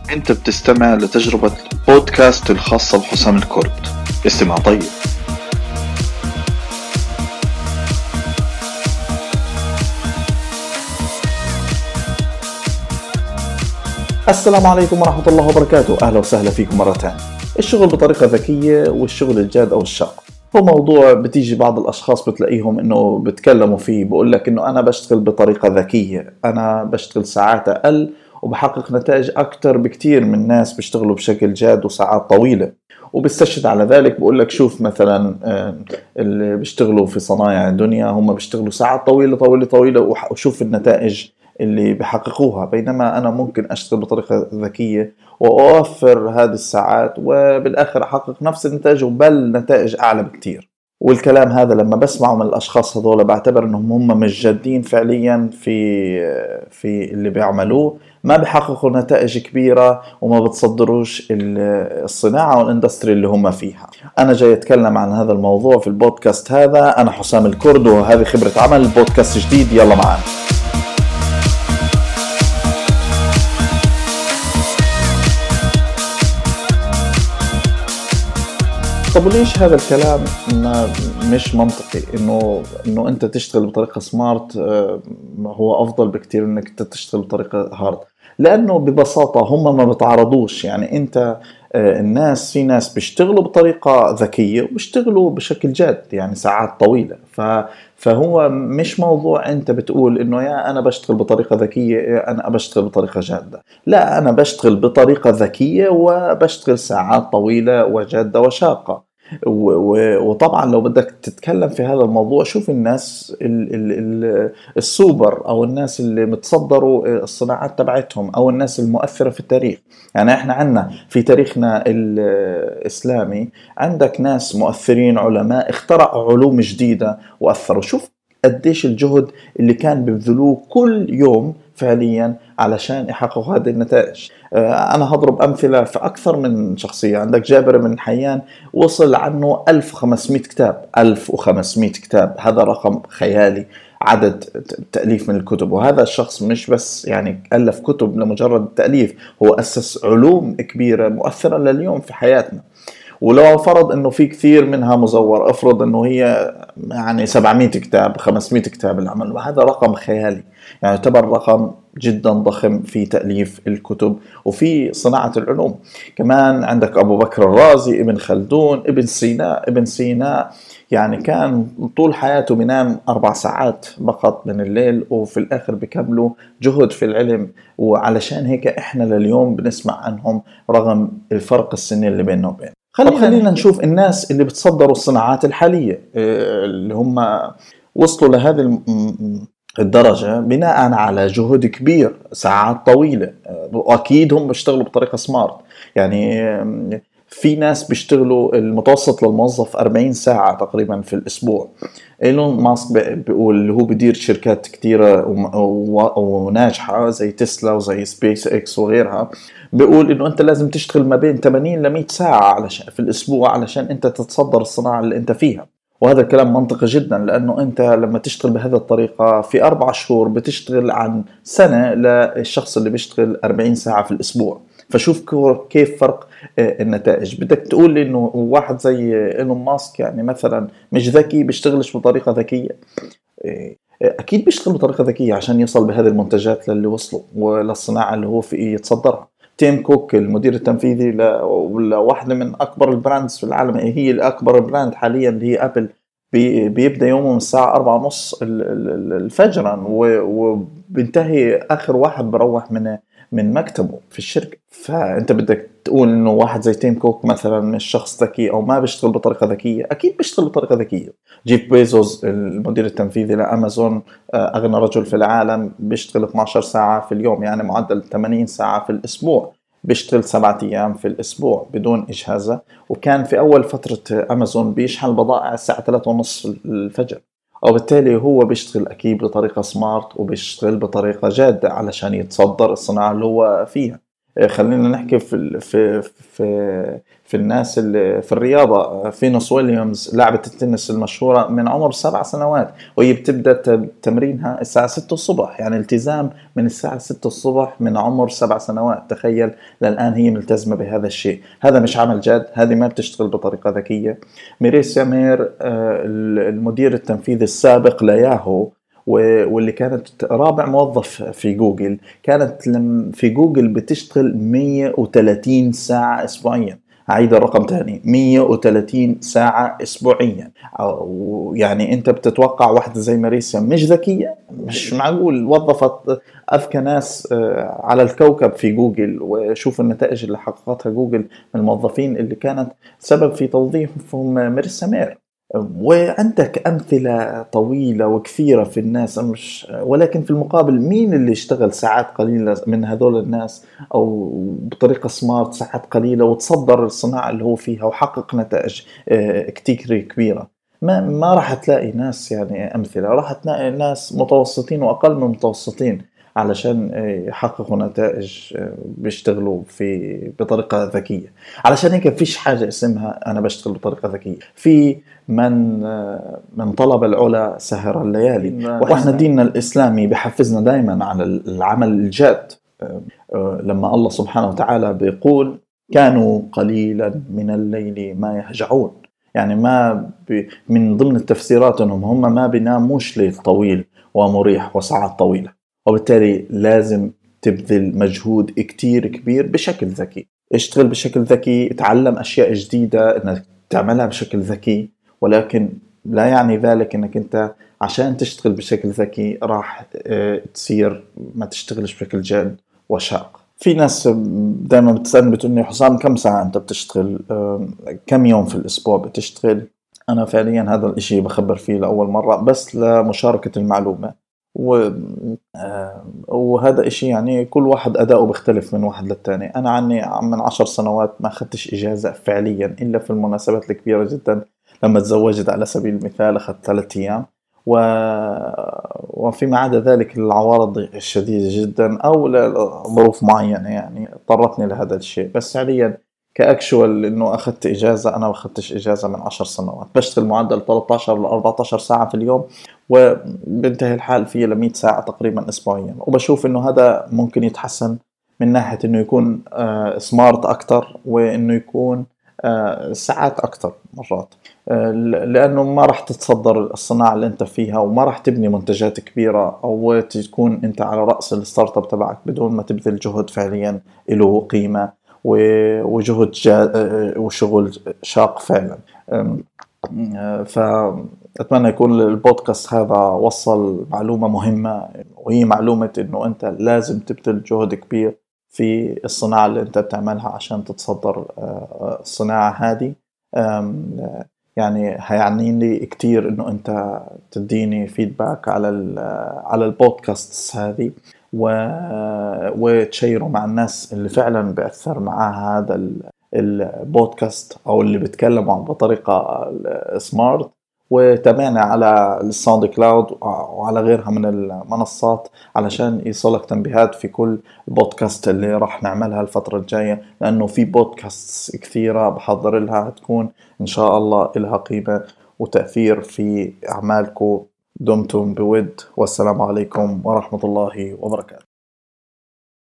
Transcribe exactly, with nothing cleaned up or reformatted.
أنت بتستمع لتجربة بودكاست الخاصة بحسام الكرد. استمع طيب. السلام عليكم ورحمة الله وبركاته. أهلا وسهلا فيكم مرة تانية. الشغل بطريقة ذكية والشغل الجاد أو الشاق هو موضوع بتيجي بعض الأشخاص بتلاقيهم إنه بتكلموا فيه، بقول لك إنه أنا بشتغل بطريقة ذكية، أنا بشتغل ساعات أقل وبحقق نتائج أكتر بكتير من ناس بيشتغلوا بشكل جاد وساعات طويلة. وبستشهد على ذلك بقول لك شوف مثلا اللي بيشتغلوا في صنايع الدنيا هم بيشتغلوا ساعات طويلة طويلة طويلة وشوف النتائج اللي بحققوها، بينما أنا ممكن أشتغل بطريقة ذكية وأوفر هذه الساعات وبالآخر أحقق نفس النتائج بل نتائج أعلى بكتير. والكلام هذا لما بسمعه من الأشخاص هذول بعتبر أنهم هم مش جادين فعليا في في اللي بيعملوه، ما بيحققوا نتائج كبيرة وما بتصدروش الصناعة والاندستري اللي هم فيها. أنا جاي أتكلم عن هذا الموضوع في البودكاست هذا. أنا حسام الكرد وهذه خبرة عمل بودكاست جديد، يلا معانا. طب وليش هذا الكلام ما مش منطقي؟ إنه إنه أنت تشتغل بطريقة سمارت هو أفضل بكتير إنك أنت تشتغل بطريقة هارد، لأنه ببساطة هم ما بتعارضوش. يعني أنت الناس في ناس بيشتغلوا بطريقة ذكية وبيشتغلوا بشكل جاد يعني ساعات طويلة، ف فهو مش موضوع أنت بتقول إنه يا أنا بشتغل بطريقة ذكية يا أنا بشتغل بطريقة جادة. لا، أنا بشتغل بطريقة ذكية وبشتغل ساعات طويلة وجادة وشاقة. وطبعا لو بدك تتكلم في هذا الموضوع شوف الناس ال ال ال السوبر أو الناس اللي متصدروا الصناعات تبعتهم أو الناس المؤثرة في التاريخ. يعني احنا عندنا في تاريخنا الإسلامي عندك ناس مؤثرين علماء اخترعوا علوم جديدة وأثروا. شوف قديش الجهد اللي كان بيبذلوه كل يوم فعليا علشان يحققوا هذه النتائج. أنا هضرب أمثلة في أكثر من شخصية. عندك جابر بن حيان وصل عنه ألف وخمسمائة كتاب. ألف وخمسمائة كتاب هذا رقم خيالي عدد تأليف من الكتب، وهذا الشخص مش بس يعني ألف كتب لمجرد التأليف، هو أسس علوم كبيرة مؤثرة لليوم في حياتنا. ولو فرض انه في كثير منها مزور، افرض انه هي يعني سبعمائة كتاب خمسمائة كتاب العمل، وهذا رقم خيالي يعني يعتبر رقم جدا ضخم في تأليف الكتب وفي صناعة العلوم. كمان عندك أبو بكر الرازي، ابن خلدون، ابن سينا. ابن سينا يعني كان طول حياته بينام أربع ساعات فقط من الليل وفي الآخر بيكملوا جهد في العلم، وعلشان هيك إحنا لليوم بنسمع عنهم رغم الفرق السني اللي بيننا وبين. خلينا, خلينا نشوف الناس اللي بتصدروا الصناعات الحالية اللي هم وصلوا لهذه الدرجة بناء على جهد كبير ساعات طويلة، وأكيد هم بيشتغلوا بطريقة سمارت. يعني في ناس بيشتغلوا المتوسط للموظف أربعين ساعة تقريبا في الأسبوع. إيلون ماسك بيقول اللي هو بدير شركات كتيرة وناجحة زي تسلا وزي سبيس إكس وغيرها، بيقول إنه أنت لازم تشتغل ما بين ثمانين لمئة ساعة علشان في الأسبوع علشان أنت تتصدر الصناعة اللي أنت فيها. وهذا الكلام منطقي جدا، لأنه أنت لما تشتغل بهذه الطريقة في أربع شهور بتشتغل عن سنة للشخص اللي بيشتغل أربعين ساعة في الأسبوع. فشوف كيف فرق النتائج. بدك تقول لي إنه واحد زي إيلون ماسك يعني مثلا مش ذكي، بيشتغلش بطريقة ذكية؟ أكيد بيشتغل بطريقة ذكية عشان يصل بهذه المنتجات للي وصلوا وللصناعة اللي هو في يتصدرها. تيم كوك المدير التنفيذي لواحدة من أكبر البراندز في العالم، هي الأكبر براند حاليا اللي هي أبل، بيبدأ يومه من الساعة أربعة ونص الفجر وبينتهي آخر واحد بروح من من مكتبه في الشركة. فأنت بدك تقول إنه واحد زي تيم كوك مثلا مش شخص ذكي أو ما بيشتغل بطريقة ذكية؟ أكيد بيشتغل بطريقة ذكية. جيف بيزوس المدير التنفيذي لأمازون أغنى رجل في العالم بيشتغل اثنتي عشرة ساعة في اليوم، يعني معدل ثمانين ساعة في الأسبوع. بيشتغل سبعة أيام في الأسبوع بدون إجازة، وكان في أول فترة أمازون بيشحن البضائع الساعة ثلاثة ونص الفجر. وبالتالي هو بيشتغل أكيد بطريقة سمارت وبيشتغل بطريقة جادة علشان يتصدر الصناعة اللي هو فيها. خلينا نحكي في في في في الناس اللي في الرياضة. فينوس ويليامز لاعبة التنس المشهورة من عمر سبع سنوات، وهي بتبدأ تمرينها الساعة ستة الصبح، يعني التزام من الساعة ستة الصبح من عمر سبع سنوات. تخيل للآن هي ملتزمة بهذا الشيء. هذا مش عمل جاد، هذه ما بتشتغل بطريقة ذكية. ميريسيا مير المدير التنفيذي السابق لياهو، واللي كانت رابع موظف في جوجل، كانت في جوجل بتشتغل مية وثلاثين ساعة أسبوعيا. هعيد الرقم تاني، مية وثلاثين ساعة أسبوعيا. يعني أنت بتتوقع واحدة زي ماريسيا مش ذكية؟ مش معقول. وظفت أذكى ناس على الكوكب في جوجل، وشوف النتائج اللي حققتها جوجل من الموظفين اللي كانت سبب في توظيفهم ماريسيا مير. وعندك أمثلة طويلة وكثيرة في الناس، مش ولكن في المقابل مين اللي اشتغل ساعات قليلة من هذول الناس أو بطريقة سمارت ساعات قليلة وتصدر الصناعة اللي هو فيها وحقق نتائج كتير كبيرة؟ ما ما راح تلاقي ناس يعني أمثلة، راح تلاقي ناس متوسطين وأقل من متوسطين علشان يحققوا نتائج بيشتغلوا في بطريقة ذكية. علشان هيك فيش حاجة اسمها أنا بشتغل بطريقة ذكية. في من من طلب العلا سهر الليالي، وإحنا ديننا الإسلامي بحفزنا دائما على العمل الجاد. لما الله سبحانه وتعالى بيقول كانوا قليلا من الليل ما يهجعون، يعني ما من ضمن التفسيرات أنهم هم ما بيناموش ليل طويل ومريح وساعات طويلة، وبالتالي لازم تبذل مجهود كتير كبير بشكل ذكي. اشتغل بشكل ذكي، اتعلم أشياء جديدة انك تعملها بشكل ذكي، ولكن لا يعني ذلك انك انت عشان تشتغل بشكل ذكي راح تصير ما تشتغلش بشكل جاد وشاق. في ناس دائما بتسألني بتقولني حسام كم ساعة انت بتشتغل، كم يوم في الاسبوع بتشتغل؟ انا فعليا هذا الاشي بخبر فيه لأول مرة بس لمشاركة المعلومة، و... وهذا إشي يعني كل واحد أداؤه بيختلف من واحد للتاني. أنا عني من عشر سنوات ما أخذتش إجازة فعليا إلا في المناسبات الكبيرة جدا. لما تزوجت على سبيل المثال أخذت ثلاثة أيام، و... وفيما عدا ذلك العوارض الشديدة جدا أو لظروف معينة يعني اضطرتني لهذا الشيء. بس فعليا كأكشوال إنه أخذت إجازة، أنا ما أخذتش إجازة من عشر سنوات. بشتغل معدل ثلاثة عشر ل أربعة عشر ساعة في اليوم، وبنتهي الحال فيه ل مية ساعة تقريبا أسبوعيا. وبشوف إنه هذا ممكن يتحسن من ناحية إنه يكون آه سمارت أكتر، وإنه يكون آه ساعات أكتر مرات، آه لأنه ما راح تتصدر الصناعة اللي أنت فيها، وما راح تبني منتجات كبيرة أو تكون أنت على رأس الستارت اب تبعك بدون ما تبذل جهد فعليا له قيمة وجهد وشغل شاق فعلا. فأتمنى يكون البودكاست هذا وصل معلومة مهمة، وهي معلومة إنه أنت لازم تبذل جهد كبير في الصناعة اللي أنت بتعملها عشان تتصدر الصناعة هذه. يعني هيعني لي كتير إنه أنت تديني فيدباك على على البودكاست هذه، وتشيروا مع الناس اللي فعلا بيأثر معها هذا البودكاست أو اللي بيتكلموا بطريقة سمارت. وتابعنا على الساوند كلاود وعلى غيرها من المنصات علشان يصلك تنبيهات في كل بودكاست اللي راح نعملها الفترة الجاية، لأنه في بودكاست كثيرة بحضر لها تكون إن شاء الله لها قيمة وتأثير في أعمالكم. دمتم بود، والسلام عليكم ورحمة الله وبركاته.